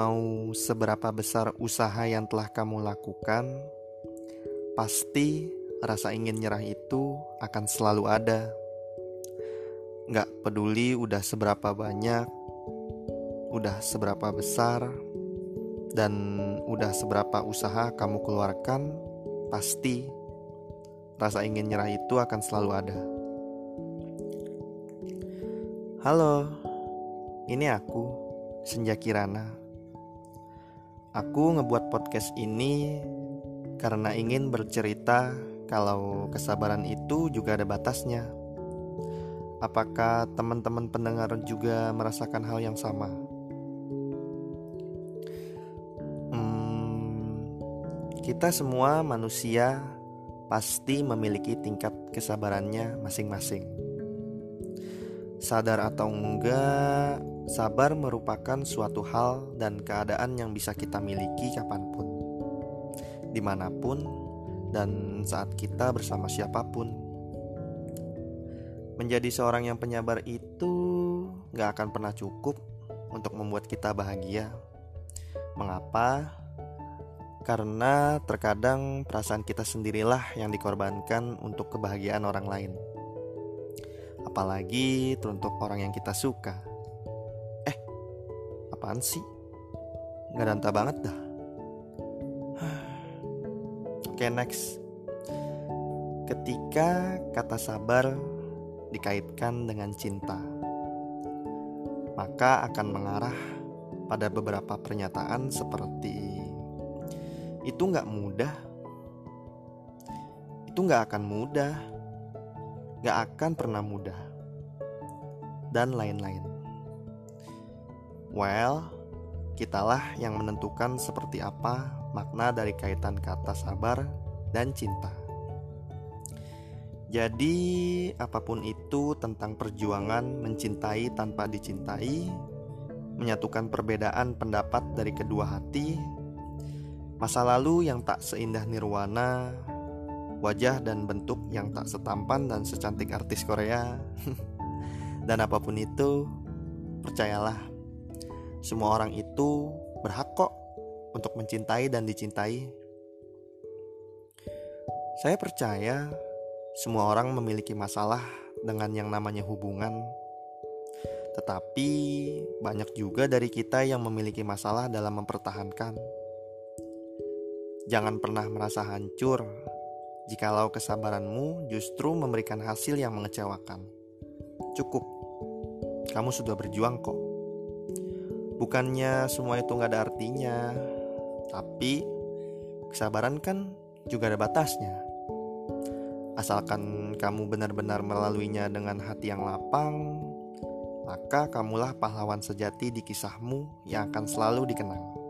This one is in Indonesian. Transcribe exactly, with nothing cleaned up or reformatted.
Mau seberapa besar usaha yang telah kamu lakukan, pasti rasa ingin nyerah itu akan selalu ada. Gak peduli udah seberapa banyak, udah seberapa besar, dan udah seberapa usaha kamu keluarkan, pasti rasa ingin nyerah itu akan selalu ada. Halo, ini aku, Senja Kirana. Aku ngebuat podcast ini karena ingin bercerita kalau kesabaran itu juga ada batasnya. Apakah teman-teman pendengar juga merasakan hal yang sama? Hmm, kita semua manusia pasti memiliki tingkat kesabarannya masing-masing. Sadar atau enggak, sabar merupakan suatu hal dan keadaan yang bisa kita miliki kapanpun, dimanapun, dan saat kita bersama siapapun. Menjadi seorang yang penyabar itu gak akan pernah cukup untuk membuat kita bahagia. Mengapa? Karena terkadang perasaan kita sendirilah yang dikorbankan untuk kebahagiaan orang lain. Apalagi untuk orang yang kita suka. Eh, apaan sih? Gak danta banget dah. Oke, next. Ketika kata sabar dikaitkan dengan cinta, maka akan mengarah pada beberapa pernyataan seperti itu gak mudah, itu gak akan mudah, gak akan pernah mudah, dan lain-lain. Well, kitalah yang menentukan seperti apa makna dari kaitan kata sabar dan cinta. Jadi, apapun itu tentang perjuangan mencintai tanpa dicintai, menyatukan perbedaan pendapat dari kedua hati, masa lalu yang tak seindah nirwana, wajah dan bentuk yang tak setampan dan secantik artis Korea. Dan apapun itu, percayalah, semua orang itu berhak kok untuk mencintai dan dicintai. Saya percaya semua orang memiliki masalah dengan yang namanya hubungan. Tetapi banyak juga dari kita yang memiliki masalah dalam mempertahankan. Jangan pernah merasa hancur jikalau kesabaranmu justru memberikan hasil yang mengecewakan. Cukup, kamu sudah berjuang kok. Bukannya semua itu gak ada artinya, tapi kesabaran kan juga ada batasnya. Asalkan kamu benar-benar melaluinya dengan hati yang lapang, maka kamulah pahlawan sejati di kisahmu yang akan selalu dikenang.